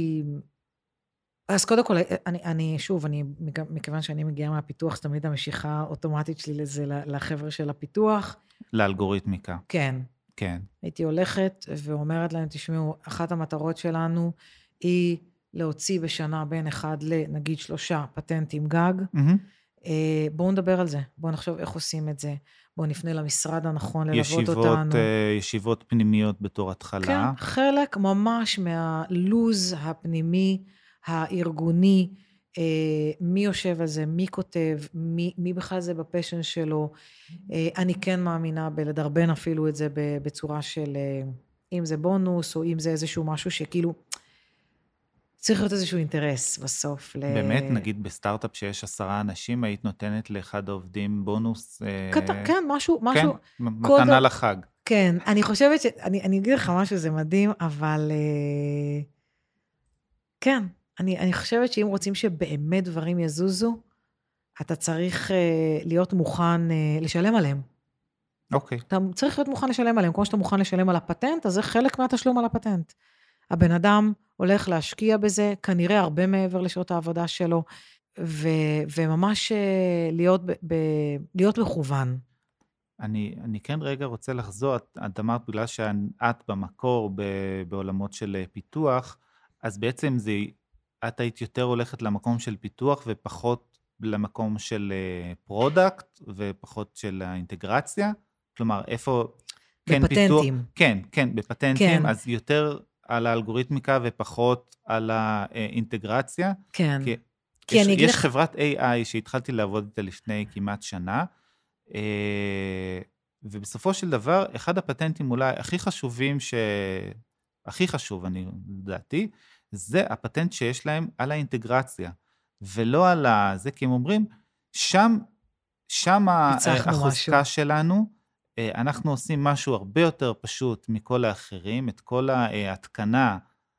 S2: אז קודם כל, שוב, מכיוון שאני מגיעה מהפיתוח, אז תמיד המשיכה האוטומטית שלי לזה לחבר'ה של הפיתוח.
S1: לאלגוריתמיקה.
S2: כן.
S1: כן.
S2: הייתי הולכת ואומרת להם, תשמעו, אחת המטרות שלנו היא להוציא בשנה בין 1 לנגיד 3 פטנטים גג. בואו נדבר על זה, בואו נחשוב איך עושים את זה, בואו נפנה למשרד הנכון ללוות אותנו.
S1: ישיבות פנימיות בתור התחלה.
S2: כן, חלק ממש מהלוז הפנימי, הארגוני, מי יושב על זה, מי כותב, מי בכלל זה בפשן שלו. אני כן מאמינה בלדרבן אפילו את זה בצורה של, אם זה בונוס, או אם זה איזשהו משהו שכאילו, צריך להיות איזשהו אינטרס בסוף.
S1: באמת, נגיד בסטארט-אפ שיש 10 אנשים, היית נותנת לאחד העובדים בונוס?
S2: כן, משהו.
S1: כן, מתנה לחג.
S2: כן, אני חושבת אני אגיד לך משהו, זה מדהים, אבל כן, אני חושבת שאם רוצים שבאמת דברים יזוזו, אתה צריך להיות מוכן לשלם עליהם.
S1: אוקיי.
S2: אתה צריך להיות מוכן לשלם עליהם, כמו שאתה מוכן לשלם על הפטנט, אז זה חלק מהתשלום על הפטנט. הבן אדם הולך להשקיע בזה, כנראה הרבה מעבר לשעות העבודה שלו, וממש להיות מכוון.
S1: אני כן רגע רוצה לחזור, את אמרת בגלל שאת במקור בעולמות של פיתוח, אז בעצם את היית יותר הולכת למקום של פיתוח ופחות למקום של פרודקט ופחות של האינטגרציה? כלומר, איפה...
S2: בפטנטים.
S1: כן, בפטנטים, אז יותר על האלגוריתמיקה ופחות על האינטגרציה.
S2: כן.
S1: כי יש חברת AI שהתחלתי לעבוד איתה לפני כמעט שנה, ובסופו של דבר, אחד הפטנטים אולי הכי חשובים, הכי חשוב, אני לדעתי, זה הפטנט שיש להם על האינטגרציה, ולא על זה, כי הם אומרים, שם החוזקה שלנו, אנחנו עושים משהו הרבה יותר פשוט מכל האחרים, את כל ההתקנה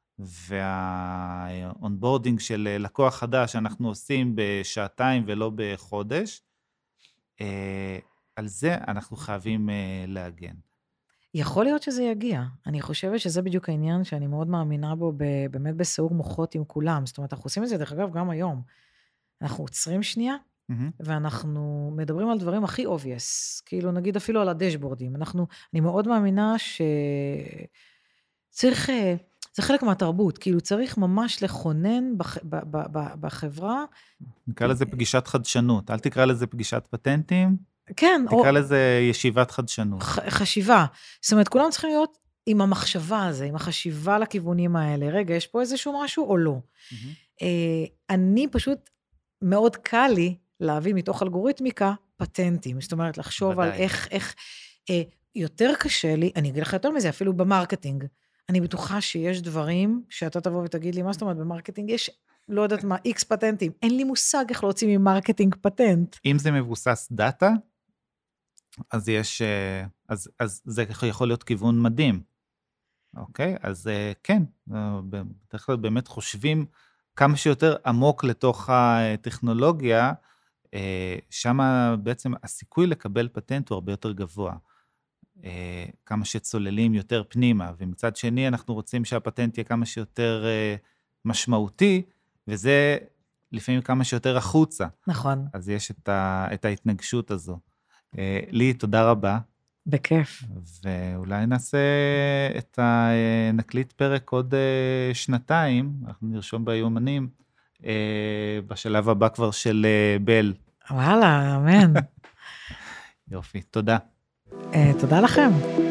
S1: והאונבורדינג של לקוח חדש אנחנו עושים בשעתיים ולא בחודש, על זה אנחנו חייבים להגן.
S2: יכול להיות שזה יגיע. אני חושבת שזה בדיוק העניין שאני מאוד מאמינה בו, באמת בסיעור מוחות עם כולם. זאת אומרת, אנחנו עושים את זה, דרך אגב, גם היום. אנחנו עוצרים שנייה, ואנחנו מדברים על דברים הכי obvious, כאילו נגיד אפילו על הדשבורדים. אני מאוד מאמינה שצריך, זה חלק מהתרבות, כאילו צריך ממש לכונן בחברה.
S1: נקרא לזה פגישת חדשנות, אל תקרא לזה פגישת פטנטים,
S2: כן.
S1: תקרא לזה ישיבת חדשנות.
S2: חשיבה. זאת אומרת, כולם צריכים להיות עם המחשבה הזה, עם החשיבה לכיוונים האלה. רגע, יש פה איזשהו משהו או לא? אני פשוט, מאוד קל לי להביא מתוך אלגוריתמיקה פטנטים. זאת אומרת, לחשוב על איך יותר קשה לי, אני אגיד לך יותר מזה, אפילו במרקטינג. אני בטוחה שיש דברים שאתה תבוא ותגיד לי, מה זאת אומרת, במרקטינג יש, לא יודעת מה, X פטנטים. אין לי מושג איך להוציא ממרקטינג פטנט.
S1: אם זה מבוסס דאטה, אז זה יכול להיות כיוון מדהים. אוקיי, אז כן, בדרך כלל באמת חושבים כמה שיותר עמוק לתוך הטכנולוגיה, שם בעצם הסיכוי לקבל פטנט הוא הרבה יותר גבוה. כמה שצוללים יותר פנימה, ומצד שני אנחנו רוצים שהפטנט יהיה כמה שיותר משמעותי, וזה לפעמים כמה שיותר החוצה.
S2: נכון,
S1: אז יש את ההתנגשות הזו. לי, תודה רבה,
S2: בכיף.
S1: ואולי נקליט פרק עוד שנתיים, אנחנו נרשום ביומנים, בשלב הבא כבר של בל.
S2: וואלה, אמן.
S1: יופי, תודה.
S2: תודה לכם.